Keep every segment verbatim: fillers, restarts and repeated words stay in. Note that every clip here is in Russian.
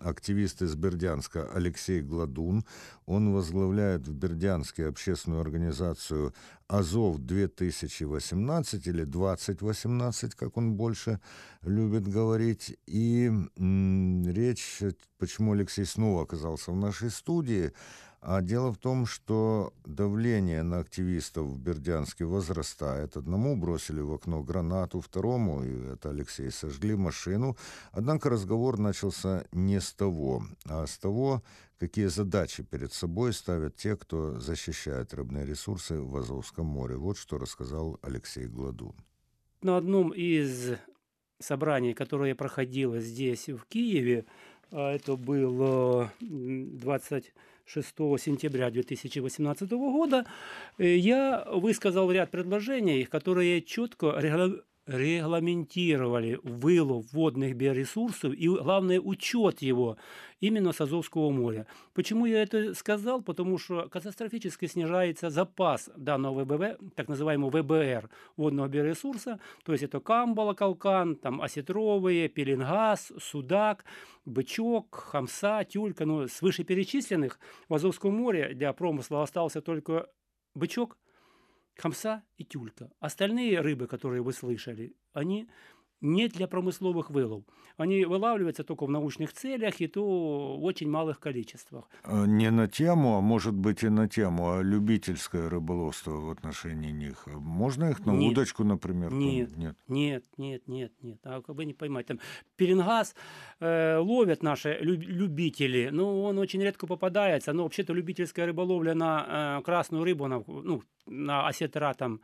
активист из Бердянска Алексей Гладун. Он возглавляет в Бердянске общественную организацию «Азов-две тысячи восемнадцать» или «двадцать восемнадцать», как он больше любит говорить. И м, речь, почему Алексей снова оказался в нашей студии, а дело в том, что давление на активистов в Бердянске возрастает. Одному бросили в окно гранату, второму, и это Алексей, сожгли машину. Однако разговор начался не с того, а с того, какие задачи перед собой ставят те, кто защищает рыбные ресурсы в Азовском море. Вот что рассказал Алексей Гладун. На одном из собраний, которое проходило здесь, в Киеве, это было двадцать шестого сентября две тысячи восемнадцатого года, я высказал ряд предложений, которые четко регламентировали вылов водных биоресурсов и, главное, учет его именно с Азовского моря. Почему я это сказал? Потому что катастрофически снижается запас данного ВБ, так называемого ВБР, водного биоресурса, то есть это камбала, калкан, там осетровые, пеленгаз, судак, бычок, хамса, тюлька. Но с вышеперечисленных в Азовском море для промысла остался только бычок, хамса и тюлька. Остальные рыбы, которые вы слышали, они не для промысловых вылов. Они вылавливаются только в научных целях, и то в очень малых количествах. Не на тему, а может быть и на тему, а любительское рыболовство в отношении них. Можно их на нет, удочку, например? Нет, нет, нет, нет, нет, нет. А как бы не поймать. Там пеленгаз э, ловят наши любители, но он очень редко попадается. Но вообще-то любительская рыболовля на э, красную рыбу, на, ну, на осетра там,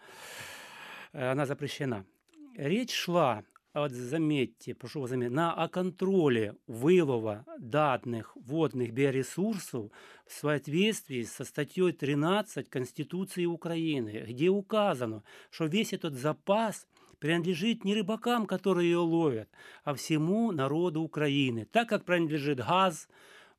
э, она запрещена. Речь шла, вот заметьте, прошу вас заметить, на о контроле вылова данных водных биоресурсов в соответствии со статьей тринадцать Конституции Украины, где указано, что весь этот запас принадлежит не рыбакам, которые ее ловят, а всему народу Украины, так как принадлежит газ,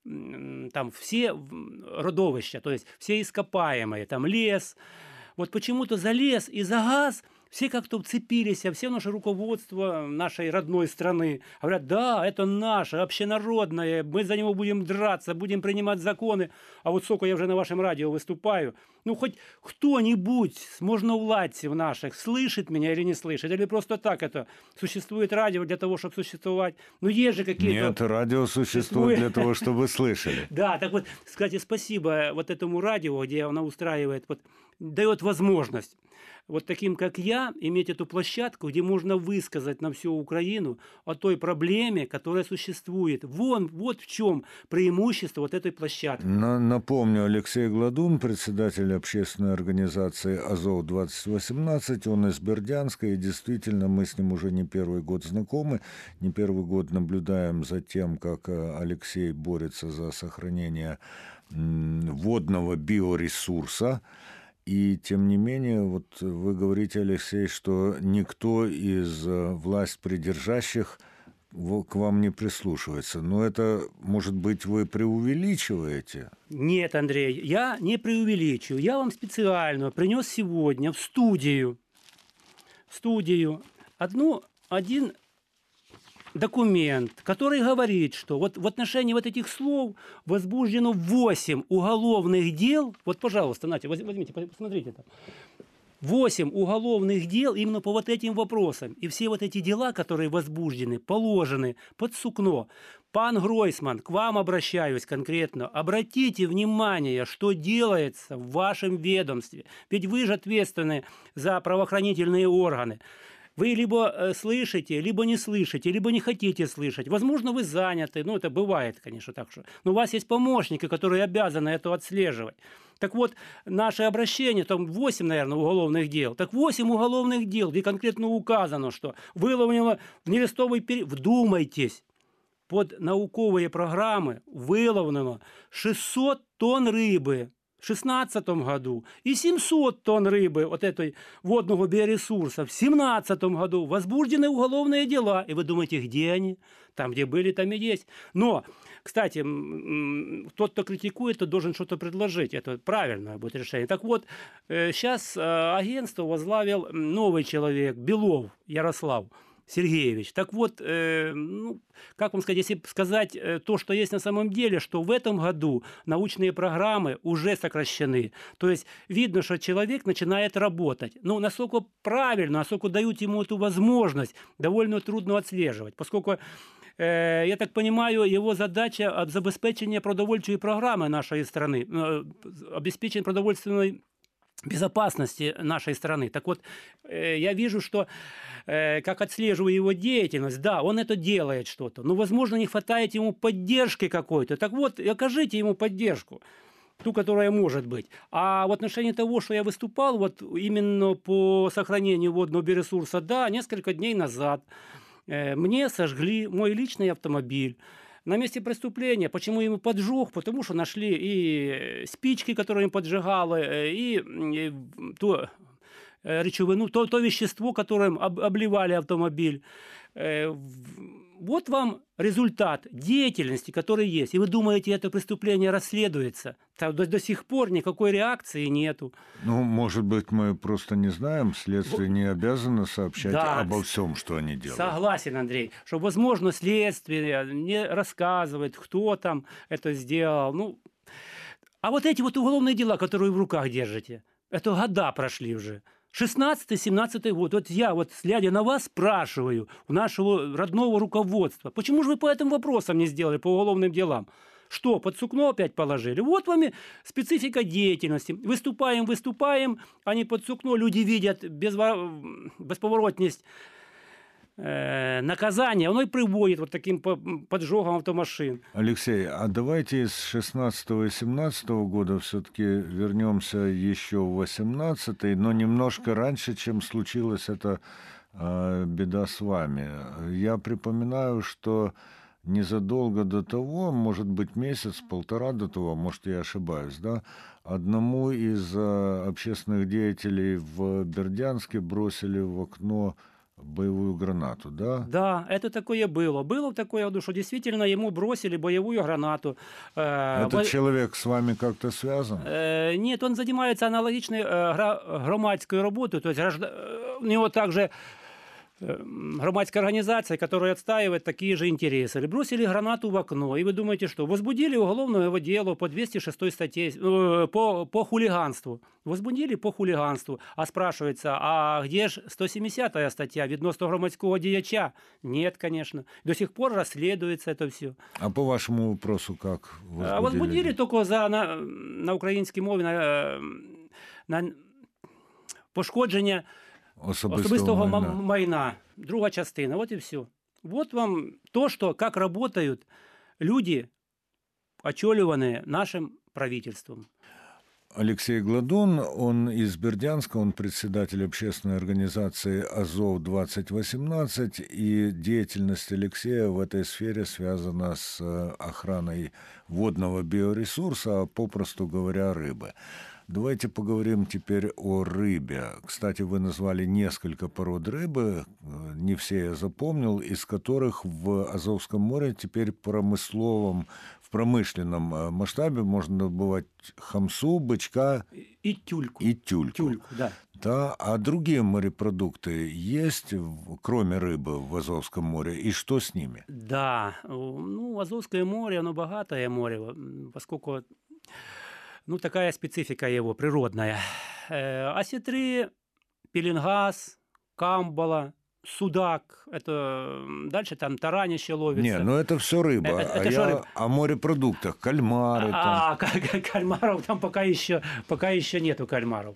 там все родовища, то есть все ископаемые, там лес. Вот почему-то за лес и за газ все как-то вцепились, а все наше руководство нашей родной страны говорят, да, это наше, общенародное, мы за него будем драться, будем принимать законы. А вот сколько я уже на вашем радио выступаю, ну хоть кто-нибудь, можно уладить в наших, слышит меня или не слышит, или просто так это, существует радио для того, чтобы существовать. Ну есть же какие-то... Нет, радио существует для того, чтобы вы слышали. Да, так вот, кстати, спасибо вот этому радио, где оно устраивает, вот, дает возможность вот таким, как я, иметь эту площадку, где можно высказать на всю Украину о той проблеме, которая существует. Вон, вот в чем преимущество вот этой площадки. Напомню, Алексей Гладун, председатель общественной организации «Азов-двадцать восемнадцать», он из Бердянска, и действительно мы с ним уже не первый год знакомы, не первый год наблюдаем за тем, как Алексей борется за сохранение водного биоресурса. И тем не менее, вот вы говорите, Алексей, что никто из власть придержащих к вам не прислушивается. Но это, может быть, вы преувеличиваете? Нет, Андрей, я не преувеличиваю. Я вам специально принес сегодня в студию, в студию одну, один документ, который говорит, что вот в отношении вот этих слов возбуждено восемь уголовных дел. Вот, пожалуйста, Натя, возьмите, посмотрите там. восемь уголовных дел именно по вот этим вопросам. И все вот эти дела, которые возбуждены, положены под сукно. Пан Гройсман, к вам обращаюсь конкретно. Обратите внимание, что делается в вашем ведомстве. Ведь вы же ответственны за правоохранительные органы. Вы либо слышите, либо не слышите, либо не хотите слышать. Возможно, вы заняты, ну, это бывает, конечно, так что. Но у вас есть помощники, которые обязаны это отслеживать. Так вот, наше обращение, там восемь, наверное, уголовных дел. Так восемь уголовных дел, где конкретно указано, что выловлено в нерестовый период. Вдумайтесь, под науковые программы выловлено шестьсот тонн рыбы в две тысячи шестнадцатом году и семьсот тонн рыбы вот этой водного биоресурса в две тысячи семнадцатом году. Возбуждены уголовные дела. И вы думаете, где они? Там, где были, там и есть. Но, кстати, тот, кто критикует, тот должен что-то предложить. Это правильное будет решение. Так вот, сейчас агентство возглавил новый человек, Белов Ярослав. Сергеевич. Так вот, э, ну, как вам сказать, если сказать э, то, что есть на самом деле, что в этом году научные программы уже сокращены. То есть видно, что человек начинает работать. Ну, насколько правильно, насколько дают ему эту возможность, довольно трудно отслеживать. Поскольку, э, я так понимаю, его задача об забезпечения продовольчої программы нашей страны, э, обеспечение продовольственной безопасности нашей страны. Так вот, э, я вижу, что э, как отслеживаю его деятельность, да, он это делает что-то, но, возможно, не хватает ему поддержки какой-то. Так вот, окажите ему поддержку, ту, которая может быть. А в отношении того, что я выступал, вот именно по сохранению водного биоресурса, да, несколько дней назад э, мне сожгли мой личный автомобиль. На месте преступления. Почему ему поджог? Потому что нашли и спички, которые им поджигали, и, и то речовину, то, то вещество, которым об, обливали автомобиль. Вот вам результат деятельности, который есть. И вы думаете, это преступление расследуется? До, до сих пор никакой реакции нету. Ну, может быть, мы просто не знаем, следствие не обязано сообщать да, обо всем, что они делают. Согласен, Андрей, что, возможно, следствие не рассказывает, кто там это сделал. Ну, а вот эти вот уголовные дела, которые вы в руках держите, это года прошли уже. шестнадцатый-семнадцатый год. Вот я, вот глядя на вас, спрашиваю у нашего родного руководства, почему же вы по этим вопросам не сделали, по уголовным делам? Что, под сукно опять положили? Вот вам и специфика деятельности. Выступаем, выступаем, а не под сукно. Люди видят безвор... бесповоротность э, наказания. Оно и приводит вот таким поджогом автомашин. Алексей, а давайте из шестнадцатого и семнадцатого года все-таки вернемся еще в восемнадцатый, но немножко раньше, чем случилась эта э, беда с вами. Я припоминаю, что незадолго до того, может быть, месяц-полтора до того, может, я ошибаюсь, да, одному из э, общественных деятелей в Бердянске бросили в окно боевую гранату, да? Да, это такое было. Было такое, что действительно ему бросили боевую гранату. Этот Во... человек с вами как-то связан? Нет, он занимается аналогичной громадской работой, то есть у него также громадская организация, которая отстаивает такие же интересы. Бросили гранату в окно, и вы думаете, что? Возбудили уголовное дело по двести шестой статье, по, по хулиганству. Возбудили по хулиганству. А спрашивается, а где же сто семидесятая стаття відносно громадського діяча? Нет, конечно. До сих пор расследуется это все. А по вашему вопросу как возбудили? Возбудили только за, на, на українській мові на, на пошкодження особистого, особистого майна. майна. Друга частина. Вот и все. Вот вам то, что, как работают люди, очоливанные нашим правительством. Алексей Гладун, он из Бердянска, он председатель общественной организации «Азов двадцать восемнадцать», и деятельность Алексея в этой сфере связана с охраной водного биоресурса, а попросту говоря, рыбы. Давайте поговорим теперь о рыбе. Кстати, вы назвали несколько пород рыбы, не все я запомнил, из которых в Азовском море теперь промысловом, в промышленном масштабе можно добывать хамсу, бычка и тюльку. И тюльку. Тюльку, да. Да. А другие морепродукты есть, кроме рыбы, в Азовском море? И что с ними? Да, ну, Азовское море, оно богатое море, поскольку... Ну, такая специфика его, природная. Осетры, пеленгаз, камбала, судак. Это дальше там таранище ловится. Не, ну это все рыба. Это, а, это я рыба. О морепродуктах, кальмары. А, там. а кальмаров там пока еще, пока еще нету кальмаров.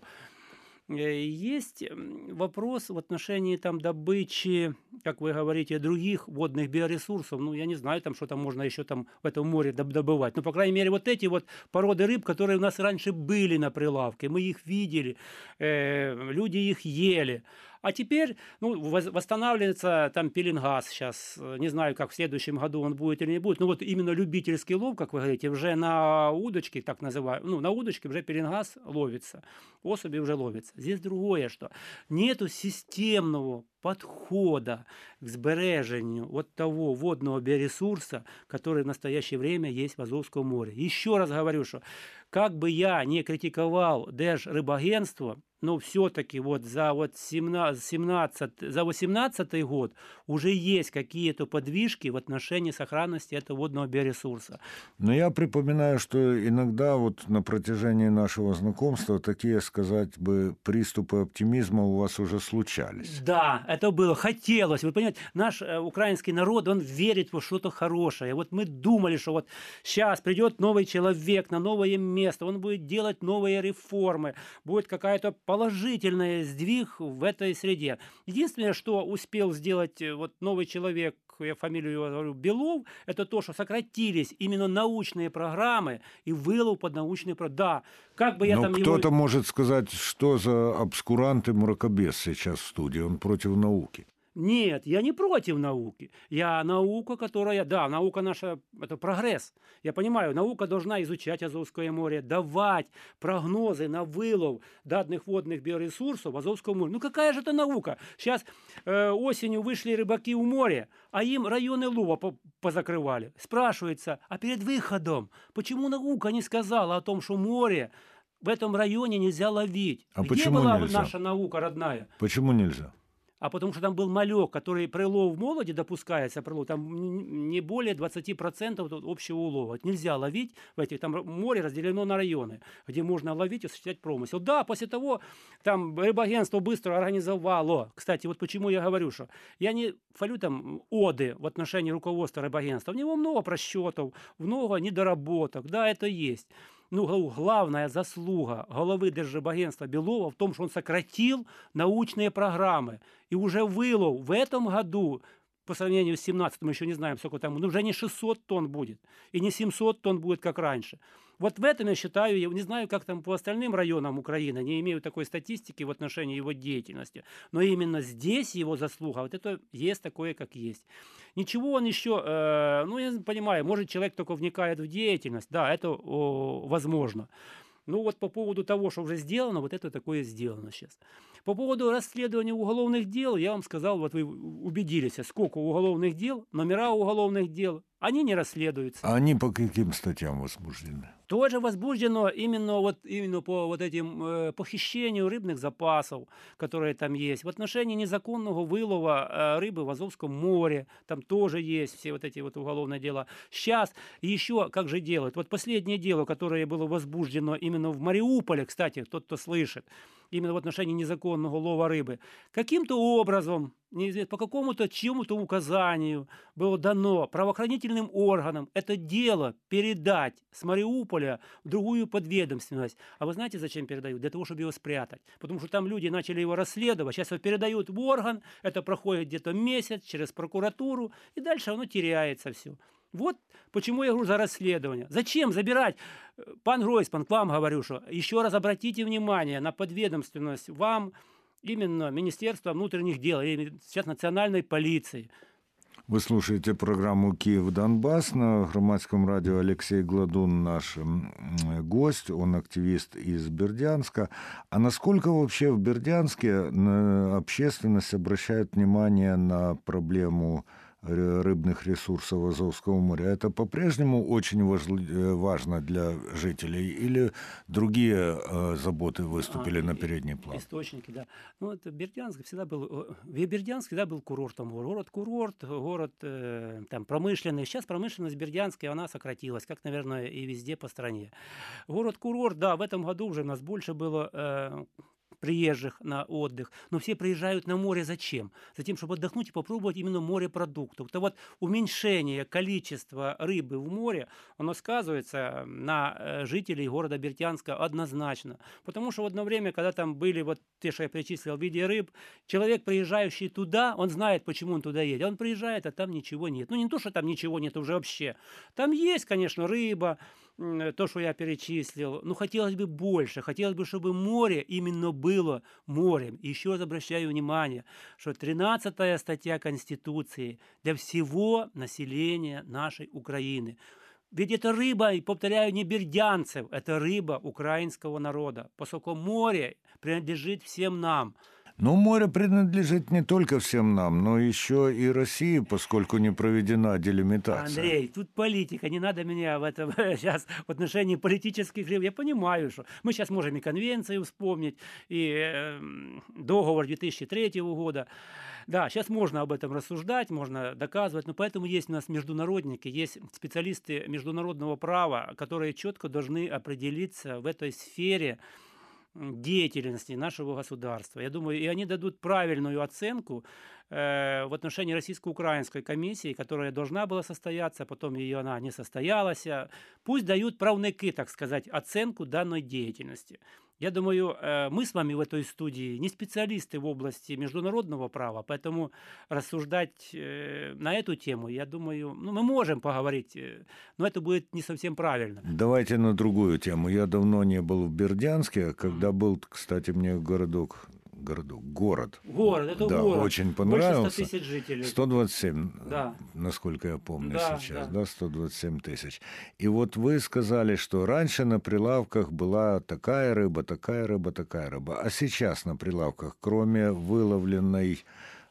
Есть вопрос в отношении там добычи, как вы говорите, других водных биоресурсов. Ну, я не знаю, там, что там можно еще там в этом море добывать. Ну, по крайней мере, вот эти вот породы рыб, которые у нас раньше были на прилавке, мы их видели, э, люди их ели. А теперь, ну, восстанавливается там пеленгаз сейчас. Не знаю, как в следующем году он будет или не будет. Но вот именно любительский лов, как вы говорите, уже на удочке, так называемые, ну, на удочке уже пеленгаз ловится. Особи уже ловятся. Здесь другое, что нету системного подхода к сбережению вот того водного биоресурса, который в настоящее время есть в Азовском море. Еще раз говорю, что как бы я не критиковал Держрыбагентство, но все-таки вот за вот семнадцатый, за восемнадцатый год уже есть какие-то подвижки в отношении сохранности этого водного биоресурса. Но я припоминаю, что иногда вот на протяжении нашего знакомства такие, сказать бы, приступы оптимизма у вас уже случались. Да, это было, хотелось. Вы понимаете, наш э, украинский народ, он верит во что-то хорошее. Вот мы думали, что вот сейчас придет новый человек на новое место, он будет делать новые реформы, будет какая-то положительный сдвиг в этой среде. Единственное, что успел сделать вот новый человек, я фамилию его говорю, Белов, это то, что сократились именно научные программы и вылов под научные программы. Да, как бы я Но там кто-то его... может сказать, что за обскурант и мракобес сейчас в студии, он против науки. Нет, я не против науки. Я наука, которая... Да, наука наша – это прогресс. Я понимаю, наука должна изучать Азовское море, давать прогнозы на вылов данных водных биоресурсов в Азовском море. Ну какая же это наука? Сейчас э, осенью вышли рыбаки в море, а им районы лова по позакрывали. Спрашивается, а перед выходом, почему наука не сказала о том, что море в этом районе нельзя ловить? А Где почему была нельзя? наша наука родная? Почему нельзя? А потому что там был малек, который при лов в молоде допускается, прилов, там не более двадцати процентов общего улова. Нельзя ловить в этих, там море разделено на районы, где можно ловить и осуществлять промысел. Да, после того там рыбагентство быстро организовало. Кстати, вот почему я говорю, что я не хвалю там оды в отношении руководства рыбагентства. У него много просчетов, много недоработок. Да, это есть. Ну, главная заслуга головы Держрыбагентства Белова в том, что он сократил научные программы. И уже вылов в этом году, по сравнению с семнадцатым, мы еще не знаем, сколько там, ну, уже не шестьсот тонн будет, и не семьсот тонн будет, как раньше. Вот в этом я считаю, я не знаю, как там по остальным районам Украины, не имею такой статистики в отношении его деятельности, но именно здесь его заслуга, вот это есть такое, как есть. Ничего он еще, э, ну, я понимаю, может, человек только вникает в деятельность, да, это о, возможно. Ну вот по поводу того, что уже сделано, вот это такое сделано сейчас. По поводу расследования уголовных дел, я вам сказал, вот вы убедились, сколько уголовных дел, номера уголовных дел, они не расследуются. А они по каким статьям возбуждены? Тоже возбуждено именно, вот, именно по вот этим э, похищению рыбных запасов, которые там есть. В отношении незаконного вылова э, рыбы в Азовском море, там тоже есть все вот эти вот уголовные дела. Сейчас еще как же делают? Вот последнее дело, которое было возбуждено именно в Мариуполе, кстати, тот, кто слышит, именно в отношении незаконного лова рыбы, каким-то образом, неизвестно, по какому-то чьему-то указанию было дано правоохранительным органам это дело передать с Мариуполя в другую подведомственность. А вы знаете, зачем передают? Для того, чтобы его спрятать. Потому что там люди начали его расследовать, сейчас его передают в орган, это проходит где-то месяц через прокуратуру, и дальше оно теряется все. Вот почему я говорю за расследование. Зачем забирать? Пан Гройсман, к вам говорю, что еще раз обратите внимание на подведомственность вам, именно Министерства внутренних дел, и сейчас национальной полиции. Вы слушаете программу «Киев-Донбасс». На громадском радио Алексей Гладун наш гость, он активист из Бердянска. А насколько вообще в Бердянске общественность обращает внимание на проблему рыбных ресурсов Азовского моря? Это по-прежнему очень важно для жителей или другие э, заботы выступили а, на передний план? Источники, да. Ну, это Бердянск всегда был... Бердянск всегда был курортом. Город-курорт, город э, там, промышленный. Сейчас промышленность Бердянская, она сократилась, как, наверное, и везде по стране. Город-курорт, да, в этом году уже у нас больше было... Э, приезжих на отдых, но все приезжают на море зачем? Затем, чтобы отдохнуть и попробовать именно морепродуктов. То вот уменьшение количества рыбы в море, оно сказывается на жителей города Бердянска однозначно. Потому что в одно время, когда там были вот те, что я перечислил в виде рыб, человек, приезжающий туда, он знает, почему он туда едет. Он приезжает, а там ничего нет. Ну не то, что там ничего нет уже вообще. Там есть, конечно, рыба, то, что я перечислил, но хотелось бы больше. Хотелось бы, чтобы море именно было морем. И еще раз обращаю внимание, что тринадцатая статья Конституции для всего населения нашей Украины. Ведь это рыба, и повторяю, не бердянцев, это рыба украинского народа, поскольку море принадлежит всем нам. Но море принадлежит не только всем нам, но еще и России, поскольку не проведена делимитация. Андрей, тут политика, не надо меня в этом сейчас в отношении политических рыб. Я понимаю, что мы сейчас можем и конвенцию вспомнить, и э, договор две тысячи третьего года. Да, сейчас можно об этом рассуждать, можно доказывать, но поэтому есть у нас международники, есть специалисты международного права, которые четко должны определиться в этой сфере деятельности нашего государства. Я думаю, и они дадут правильную оценку э, в отношении российско-украинской комиссии, которая должна была состояться, потом ее она не состоялась. Пусть дают правники, так сказать, оценку данной деятельности. Я думаю, э, мы с вами в этой студии не специалисты в области международного права, поэтому рассуждать э, на эту тему, я думаю, ну, мы можем поговорить, э, но это будет не совсем правильно. Давайте на другую тему. Я давно не был в Бердянске, когда был, кстати, мне городок, городок, город. Город, это да, город. очень понравился. Больше ста тысяч жителей. сто двадцать семь, да. насколько я помню да, сейчас, да. да, сто двадцать семь тысяч. И вот вы сказали, что раньше на прилавках была такая рыба, такая рыба, такая рыба. А сейчас на прилавках, кроме выловленной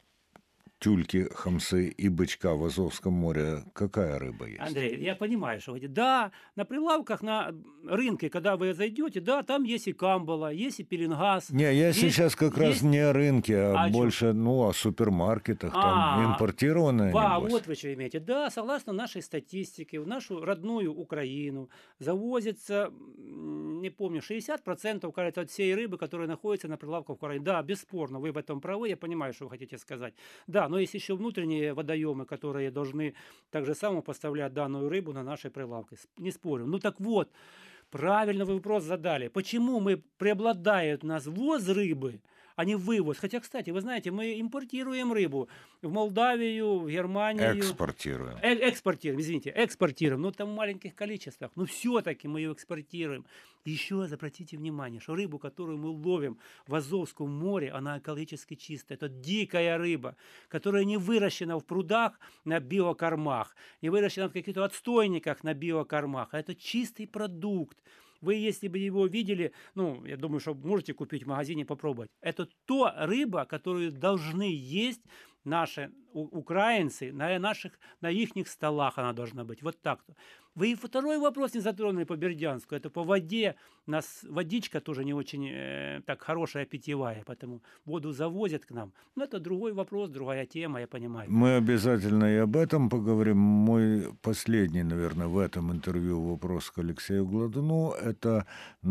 тюльки, хамсы и бычка в Азовском море, какая рыба есть? Андрей, я понимаю, что вы говорите. Да, на прилавках, на рынке, когда вы зайдете, да, там есть и камбала, есть и пеленгаз. Не, я есть, сейчас как раз есть... не о рынке, а, а больше, чё? ну, о супермаркетах, а, там импортированное, да, небось. вот вы что имеете. Да, согласно нашей статистике, в нашу родную Украину завозится, не помню, шестьдесят процентов, кажется, от всей рыбы, которая находится на прилавках в Украине. Да, бесспорно, вы в этом правы, я понимаю, что вы хотите сказать. Да, но есть еще внутренние водоемы, которые должны так же само поставлять данную рыбу на наши прилавки. Не спорю. Ну так вот, правильно вы вопрос задали. Почему мы преобладает у нас ввоз рыбы, а не вывоз? Хотя, кстати, вы знаете, мы импортируем рыбу в Молдавию, в Германию. Экспортируем. Э экспортируем, извините, экспортируем. Но там в маленьких количествах. Но все-таки мы ее экспортируем. Еще раз обратите внимание, что рыбу, которую мы ловим в Азовском море, она экологически чистая. Это дикая рыба, которая не выращена в прудах на биокормах, не выращена в каких-то отстойниках на биокормах. А это чистый продукт. Вы, если бы его видели, ну, я думаю, что можете купить в магазине, попробовать. Это то рыба, которую должны есть наши украинцы, на наших, на ихних столах она должна быть. Вот так-то. Вы и второй вопрос не затронули по Бердянску. Это по воде. У нас водичка тоже не очень э, так хорошая, питьевая, поэтому воду завозят к нам. Но это другой вопрос, другая тема, я понимаю. Мы обязательно и об этом поговорим. Мой последний, наверное, в этом интервью вопрос к Алексею Гладуну – это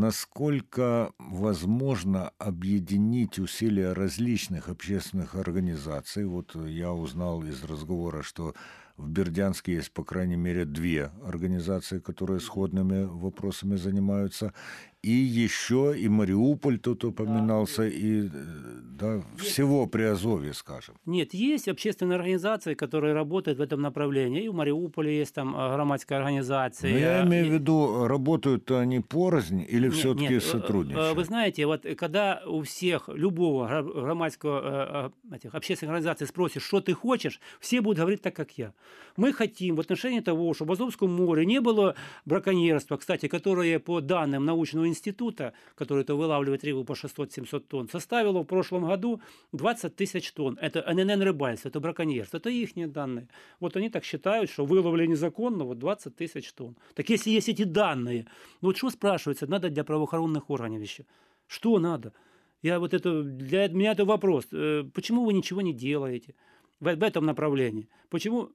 насколько возможно объединить усилия различных общественных организаций. Вот я узнал из разговора, что в Бердянске есть, по крайней мере, две организации, которые сходными вопросами занимаются. И еще и Мариуполь тут упоминался, да, и да, всего Приазовья, скажем. Нет, есть общественные организации, которые работают в этом направлении. И в Мариуполе есть там громадская организация. Но я имею в виду, работают-то они порознь или нет, все-таки нет, сотрудничают? Вы знаете, вот когда у всех, любого громадского, этих, общественных организаций спросишь, что ты хочешь, все будут говорить так, как я. Мы хотим в отношении того, чтобы в Азовском море не было браконьерства, кстати, которое по данным научного института, который то вылавливает рыбу по шестьсот-семьсот тонн, составило в прошлом году двадцать тысяч тонн. Это эн эн эн рыбальство, это браконьерство, это их данные. Вот они так считают, что выловили незаконно вот двадцать тысяч тонн. Так если есть эти данные, ну вот что спрашивается, надо для правоохранительных органов еще? Что надо? Я вот это, для меня это вопрос. Почему вы ничего не делаете в, в этом направлении? Почему...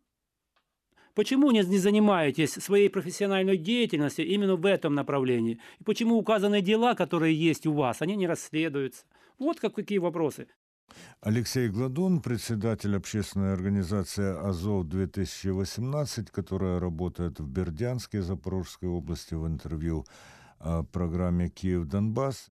Почему не, не занимаетесь своей профессиональной деятельностью именно в этом направлении? И почему указанные дела, которые есть у вас, они не расследуются? Вот как, какие вопросы. Алексей Гладун, председатель общественной организации «Азов-две тысячи восемнадцать», которая работает в Бердянске, Запорожской области, в интервью о программе «Киев-Донбасс».